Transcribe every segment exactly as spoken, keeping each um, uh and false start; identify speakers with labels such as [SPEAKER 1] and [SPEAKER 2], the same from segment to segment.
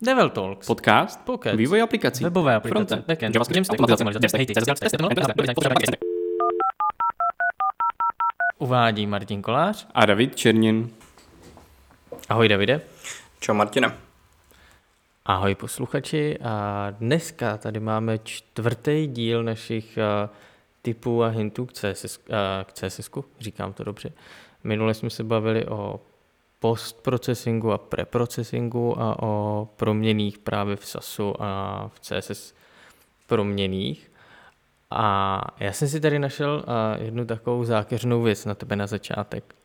[SPEAKER 1] Devel Talks.
[SPEAKER 2] Podcast.
[SPEAKER 1] Pocket.
[SPEAKER 2] Vývoj aplikací.
[SPEAKER 1] Webové aplikace.
[SPEAKER 2] Frontend.
[SPEAKER 1] Backend.
[SPEAKER 2] JavaScript.
[SPEAKER 1] Uvádí Martin Kolář.
[SPEAKER 2] A David Černin.
[SPEAKER 1] Ahoj Davide.
[SPEAKER 3] Čau Martine.
[SPEAKER 1] Ahoj posluchači. A dneska tady máme čtvrtý díl našich uh, tipů a hintů k C S S, uh, k C S S ku. Říkám to dobře. Minule jsme se bavili o postprocesingu a preprocesingu a o proměnných právě v SASu a v C S S proměnných. A já jsem si tady našel uh, jednu takovou zákeřnou věc na tebe na začátek.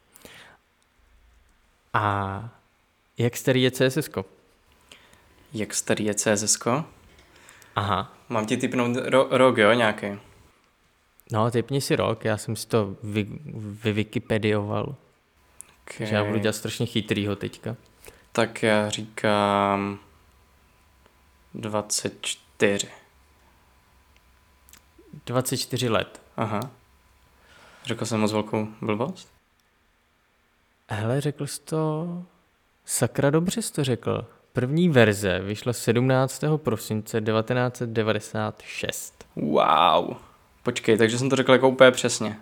[SPEAKER 1] A jak starý je C S S ko?
[SPEAKER 3] Jak starý je C S S ko?
[SPEAKER 1] Aha.
[SPEAKER 3] Mám ti tipnout ro- rok, jo, nějaký?
[SPEAKER 1] No, typni si rok, já jsem si to vy, vyvikipedioval.
[SPEAKER 3] Okay.
[SPEAKER 1] Že já budu dělat strašně chytrýho teďka.
[SPEAKER 3] Tak já říkám dvacet čtyři.
[SPEAKER 1] dvacet čtyři let.
[SPEAKER 3] Aha. Řekl jsem moc velkou blbost?
[SPEAKER 1] Hele, řekl jsi to... Sakra, dobře jsi to řekl. První verze vyšla sedmnáctého prosince devatenáct set devadesát šest.
[SPEAKER 3] Wow. Počkej, takže jsem to řekl jako úplně přesně.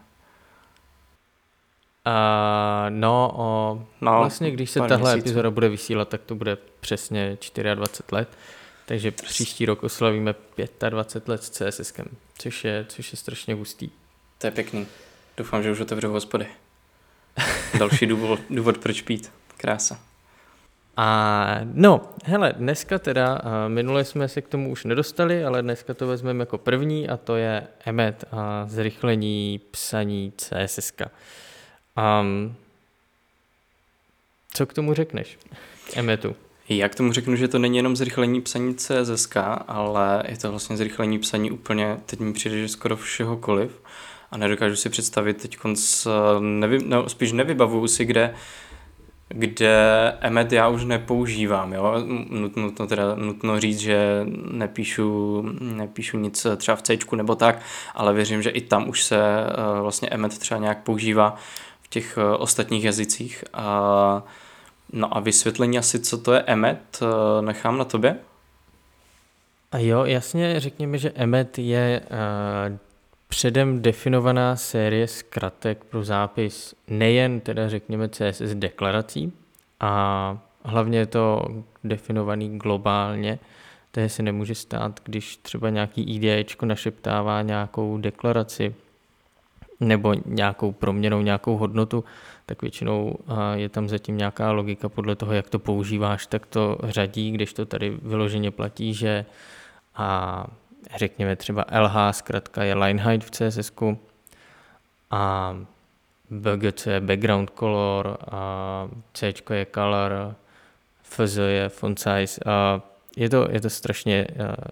[SPEAKER 1] Uh, no, o,
[SPEAKER 3] No,
[SPEAKER 1] vlastně když se
[SPEAKER 3] pár
[SPEAKER 1] tahle
[SPEAKER 3] měsíců.
[SPEAKER 1] epizoda bude vysílat, tak to bude přesně dvacet čtyři let. Takže příští rok oslavíme dvacet pět let s CSSkem, což je, což je strašně hustý.
[SPEAKER 3] To je pěkný. Doufám, že už otevřu hospody. Další důvod, důvod proč pít. Krása.
[SPEAKER 1] A no, hele, dneska teda, minule jsme se k tomu už nedostali, ale dneska to vezmeme jako první a to je Emmet a zrychlení psaní CSSka. Um, co k tomu řekneš, Emmetu?
[SPEAKER 3] Já k tomu řeknu, že to není jenom zrychlení psaní C S S ka, ale je to vlastně zrychlení psaní úplně, teď mi přijde, že skoro všehokoliv. A nedokážu si představit teď konc, nevy, no, spíš nevybavuju si, kde, kde Emmet já už nepoužívám. Jo? Nutno, teda, nutno říct, že nepíšu, nepíšu nic třeba v Cčku nebo tak, ale věřím, že i tam už se vlastně Emmet třeba nějak používá v těch ostatních jazycích. A no a vysvětlení asi, co to je Emmet, nechám na tobě.
[SPEAKER 1] A jo, jasně, řekněme, že Emmet je uh, předem definovaná série zkratek pro zápis nejen teda řekněme C S S deklarací a hlavně je to definovaný globálně, takže se nemůže stát, když třeba nějaký IDEčko našeptává nějakou deklaraci nebo nějakou proměnou, nějakou hodnotu, tak většinou je tam zatím nějaká logika podle toho, jak to používáš, tak to řadí, když to tady vyloženě platí, že a řekněme třeba L H zkratka je line height v C S S ku a B G C je background color a C je color, F Z je font size a je to, je to strašně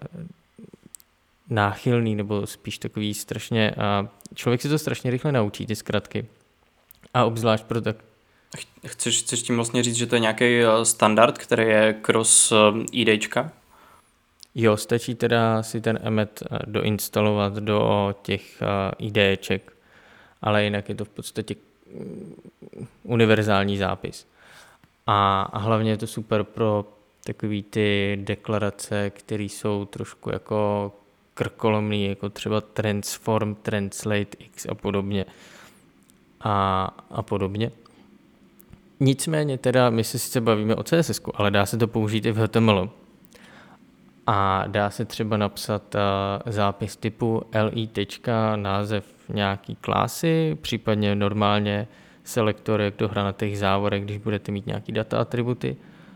[SPEAKER 1] náchylný, nebo spíš takový strašně, a člověk si to strašně rychle naučí, ty zkratky. A obzvlášť pro tak...
[SPEAKER 3] Chceš, chceš tím vlastně říct, že to je nějaký standard, který je cross IDčka?
[SPEAKER 1] Jo, stačí teda si ten Emmet doinstalovat do těch IDček, ale jinak je to v podstatě univerzální zápis. A, a hlavně je to super pro takový ty deklarace, které jsou trošku jako krkolomný, jako třeba transform, translate x a podobně. A, a podobně. Nicméně teda my se sice bavíme o C S S ku, ale dá se to použít i v H T M L. A dá se třeba napsat uh, zápis typu li. název nějaký klasy, případně normálně selektorek do hranatých závorek, když budete mít nějaký data atributy.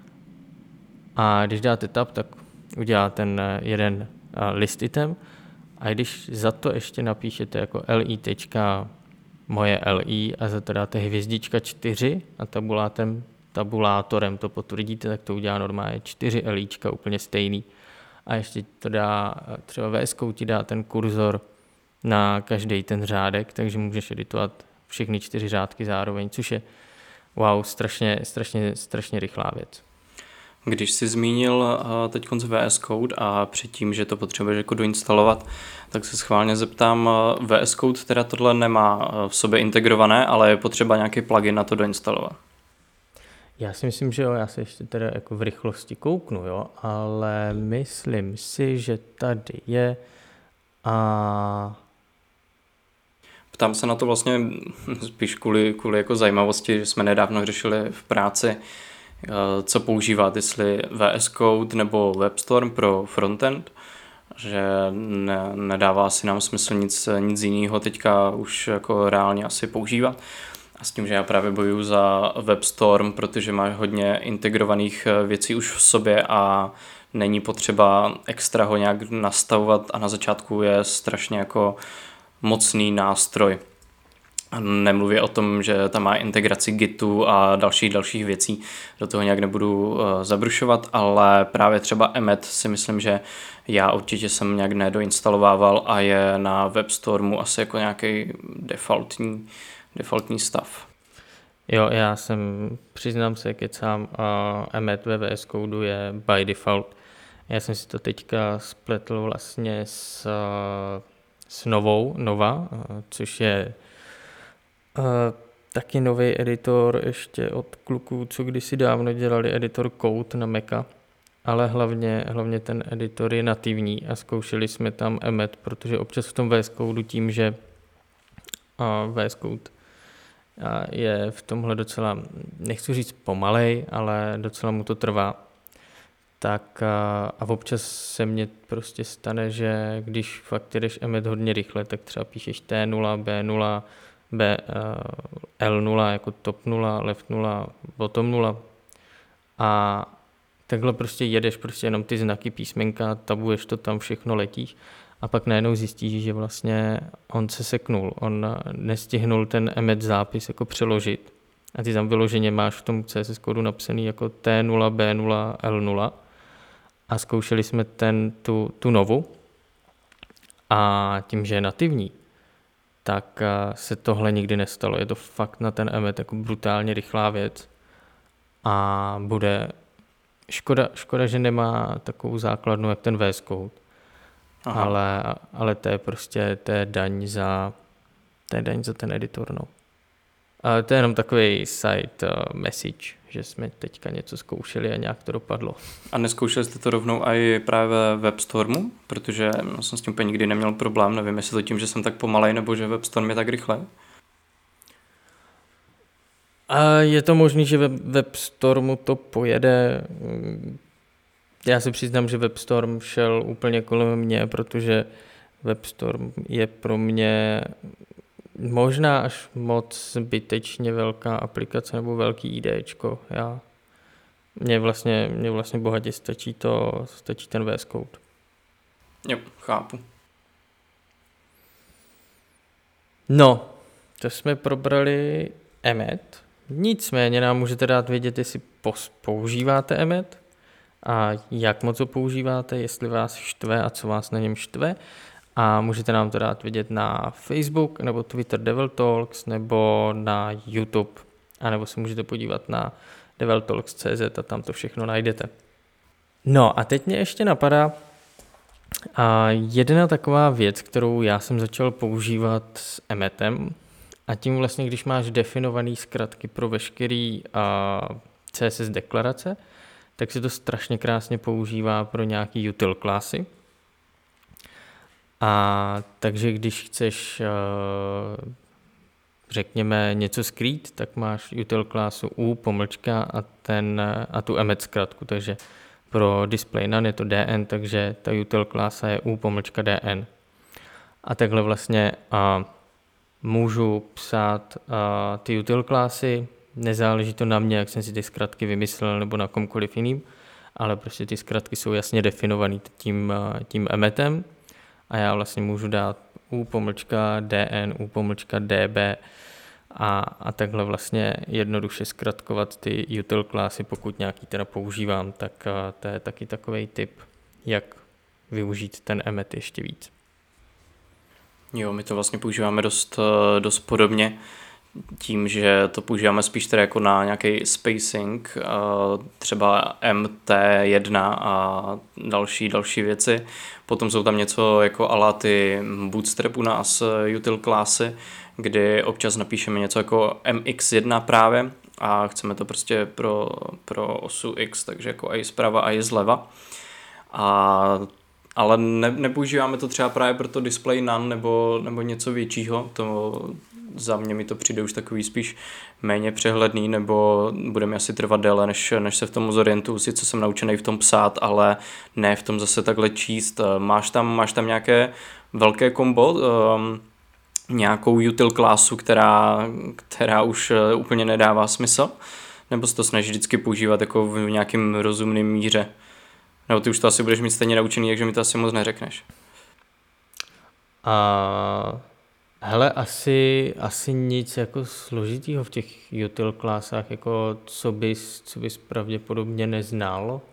[SPEAKER 1] A když dáte tab, tak udělá ten jeden uh, list item. A když za to ještě napíšete jako li. moje li a za to dáte hvězdička čtyři a tabulátem, tabulátorem to potvrdíte, tak to udělá normálně čtyři lička úplně stejný. A ještě to dá, třeba V S kou ti dá ten kurzor na každý ten řádek, takže můžeš editovat všechny čtyři řádky zároveň, což je wow, strašně, strašně, strašně rychlá věc.
[SPEAKER 3] Když jsi zmínil teď konc V S Code a předtím, že to potřebuješ jako doinstalovat, tak se schválně zeptám, V S Code teda tohle nemá v sobě integrované, ale je potřeba nějaký plugin na to doinstalovat.
[SPEAKER 1] Já si myslím, že jo, já se ještě teda jako v rychlosti kouknu, jo, ale myslím si, že tady je a
[SPEAKER 3] Ptám se na to vlastně spíš kvůli, kvůli jako zajímavosti, že jsme nedávno řešili v práci, eh, co používat, jestli V S Code nebo WebStorm pro frontend, že ne, nedává si nám smysl nic, nic jiného teďka už jako reálně asi používat. A s tím, že já právě bojuju za WebStorm, protože má hodně integrovaných věcí už v sobě a není potřeba extra ho nějak nastavovat a na začátku je strašně jako mocný nástroj. Nemluví o tom, že tam má integraci Gitu a dalších dalších věcí, do toho nějak nebudu uh, zabrušovat, ale právě třeba Emmet si myslím, že já určitě jsem nějak nedoinstalovával a je na WebStormu asi jako nějaký defaultní, defaultní stav.
[SPEAKER 1] jo, já jsem, přiznám se, kecám, uh, Emmet ve V S Code je by default. Já jsem si to teďka spletl vlastně s, uh, s novou, Nova, uh, což je uh, taky nový editor ještě od kluků, co kdysi dávno dělali editor Code na Maca, ale hlavně, hlavně ten editor je nativní a zkoušeli jsme tam Emmet, protože občas v tom V S Code tím, že uh, V S Code a je v tomhle docela, nechci říct pomalej, ale docela mu to trvá. Tak a, a občas se mně prostě stane, že když fakt jdeš Emmet hodně rychle, tak třeba píšeš T nula, B nula, B, L nula jako top nula, left nula, bottom nula a takhle prostě jedeš prostě jenom ty znaky písmenka, tabuješ to tam, všechno letíš a pak najednou zjistíš, že vlastně on se seknul, on nestihnul ten Emmet zápis jako přeložit a ty tam vyloženě máš v tom C S S kódu napsaný jako T nula, B nula, L nula a zkoušeli jsme ten, tu, tu novu a tím, že je nativní, tak se tohle nikdy nestalo. Je to fakt na ten Emmet jako brutálně rychlá věc a bude škoda, škoda, že nemá takovou základnu jak ten V S Code. Ale, ale to je prostě to je daň za, to je daň za ten editor. No. A to je jenom takový side uh, message, že jsme teďka něco zkoušeli a nějak to dopadlo.
[SPEAKER 3] A neskoušeli jste to rovnou i právě ve WebStormu? Protože já jsem s tím úplně nikdy neměl problém, nevím, jestli to tím, že jsem tak pomalej, nebo že WebStorm je tak rychle.
[SPEAKER 1] A je to možný, že ve WebStormu to pojede. Já si přiznám, že WebStorm šel úplně kolem mě, protože WebStorm je pro mě možná až moc zbytečně velká aplikace nebo velký IDčko. Já, mně vlastně, mně vlastně bohatě stačí to, stačí ten V S Code.
[SPEAKER 3] Jo, chápu.
[SPEAKER 1] No, to jsme probrali Emmet. Nicméně nám můžete dát vědět, jestli používáte Emmet a jak moc ho používáte, jestli vás štve a co vás na něm štve. A můžete nám to dát vidět na Facebook nebo Twitter Devil Talks nebo na YouTube. A nebo se můžete podívat na deviltalks tečka cé zet a tam to všechno najdete. No a teď mě ještě napadá a jedna taková věc, kterou já jsem začal používat s Emmetem a tím vlastně, když máš definovaný zkratky pro veškerý a, C S S deklarace, tak se to strašně krásně používá pro nějaký util klasy. A takže když chceš, řekněme, něco skrýt, tak máš util klasu u pomlčka a, ten, a tu Emmet zkratku, takže pro display none je to D N, takže ta util klasa je u pomlčka D N. A takhle vlastně a, můžu psát a, ty util klasy, nezáleží to na mě, jak jsem si ty zkratky vymyslel nebo na komkoliv jiným, ale prostě ty zkratky jsou jasně definovaný tím, tím Emmetem. A já vlastně můžu dát u pomlčka D N, u pomlčka D B a, a takhle vlastně jednoduše zkratkovat ty util klasy, pokud nějaký teda používám, tak to je taky takovej tip, jak využít ten Emmet ještě víc.
[SPEAKER 3] Jo, my to vlastně používáme dost, dost podobně, tím, že to používáme spíš teda jako na nějaký spacing, třeba M T jedna a další, další věci. Potom jsou tam něco jako ala ty Bootstrap u nás util klasy, kdy občas napíšeme něco jako M X jedna právě a chceme to prostě pro, pro osu X, takže jako i zprava a i zleva. A, ale ne, nepoužíváme to třeba právě pro to display none nebo, nebo něco většího, to za mě mi to přijde už takový spíš méně přehledný, nebo bude mi asi trvat déle, než, než se v tom zorientuju, sice jsem naučený v tom psát, ale ne v tom zase takhle číst. Máš tam, máš tam nějaké velké kombo, um, nějakou util klásu, která, která už úplně nedává smysl, nebo se to snažíš vždycky používat jako v nějakém rozumném míře? Nebo ty už to asi budeš mít stejně naučený, takže mi to asi moc neřekneš.
[SPEAKER 1] A hele, asi, asi nic jako složitýho v těch util klásách, jako co bys, co bys pravděpodobně neznal.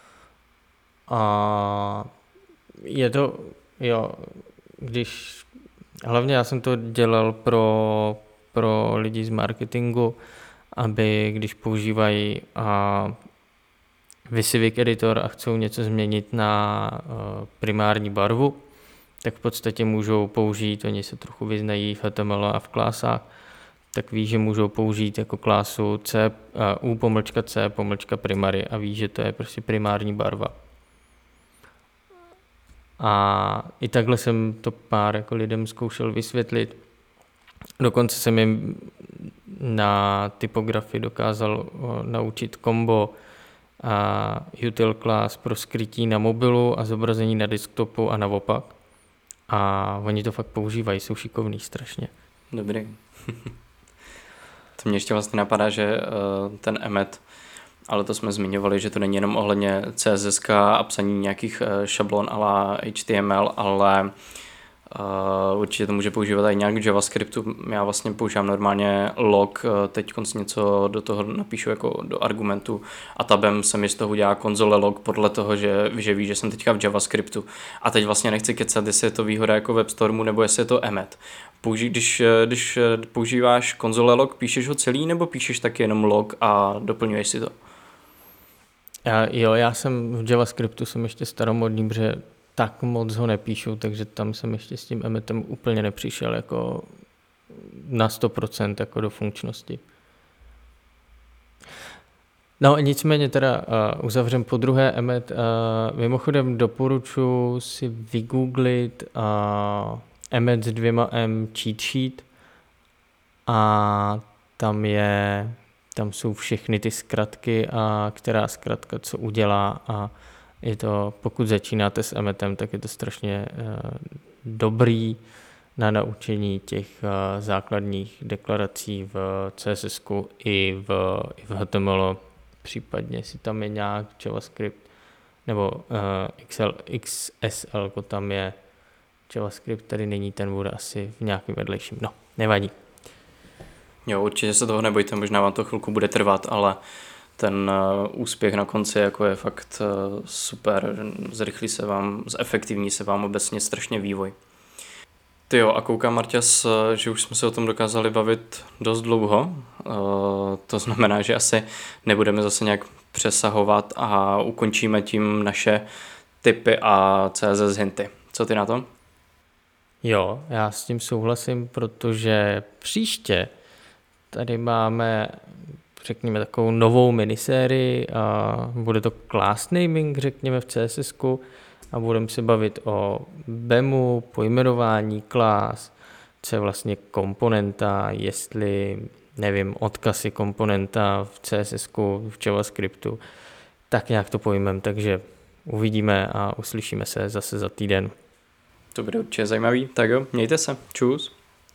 [SPEAKER 1] A je to, jo, když, hlavně já jsem to dělal pro, pro lidi z marketingu, aby když používají a Visivik editor a chcou něco změnit na uh, primární barvu, tak v podstatě můžou použít, oni se trochu vyznají v H T M L a v klásách, tak ví, že můžou použít jako klásu C, uh, U pomlčka C pomlčka primary a ví, že to je prostě primární barva. A i takhle jsem to pár jako lidem zkoušel vysvětlit. Dokonce jsem jim na typografii dokázal uh, naučit kombo a util class pro skrytí na mobilu a zobrazení na desktopu a naopak. A oni to fakt používají, jsou šikovní strašně.
[SPEAKER 3] Dobrý. To mě ještě vlastně napadá, že uh, ten Emmet, ale to jsme zmiňovali, že to není jenom ohledně C S S a psaní nějakých uh, šablon a la H T M L, ale Uh, určitě to může používat i nějak v JavaScriptu. Já vlastně používám normálně log, teď něco do toho napíšu jako do argumentu a tabem se mi z toho udělá konzole log podle toho, že, že ví, že jsem teďka v JavaScriptu. A teď vlastně nechci kecat, jestli je to výhoda jako WebStormu nebo jestli je to Emmet. Použij, když, když používáš konzole log, píšeš ho celý nebo píšeš taky jenom log a doplňuješ si to?
[SPEAKER 1] Já, jo, já jsem v JavaScriptu jsem ještě staromodný, protože tak moc ho nepíšu, takže tam jsem ještě s tím Emmetem úplně nepřišel jako na sto procent jako do funkčnosti. No nicméně teda uh, uzavřem po druhé Emmet. Uh, mimochodem doporučuji si vygooglit uh, Emmet s dvěma M cheat sheet a tam je, tam jsou všechny ty zkratky a která zkratka co udělá a je to, pokud začínáte s Emmetem, tak je to strašně uh, dobrý na naučení těch uh, základních deklarací v C S S ku i v, i v H T M L, případně jestli tam je nějak JavaScript nebo uh, X L, X S L tam je JavaScript, tady není, ten bude asi v nějakým vedlejším, no, nevadí.
[SPEAKER 3] Jo, určitě se toho nebojte, možná vám to chvilku bude trvat, ale ten úspěch na konci jako je fakt super, zrychlí se vám, zefektivní se vám obecně strašně vývoj. Ty jo, a koukám, Marťas, že už jsme se o tom dokázali bavit dost dlouho, to znamená, že asi nebudeme zase nějak přesahovat a ukončíme tím naše tipy a C S S hinty. Co ty na to?
[SPEAKER 1] Jo, já s tím souhlasím, protože příště tady máme, řekněme, takovou novou minisérii a bude to class naming, řekněme, v C S S ku a budeme se bavit o B E M u, pojmenování class, co je vlastně komponenta, jestli, nevím, odkaz je komponenta v C S S ku, v JavaScriptu, tak nějak to pojmeme, takže uvidíme a uslyšíme se zase za týden.
[SPEAKER 3] To bude určitě zajímavý, tak jo, mějte se, čus.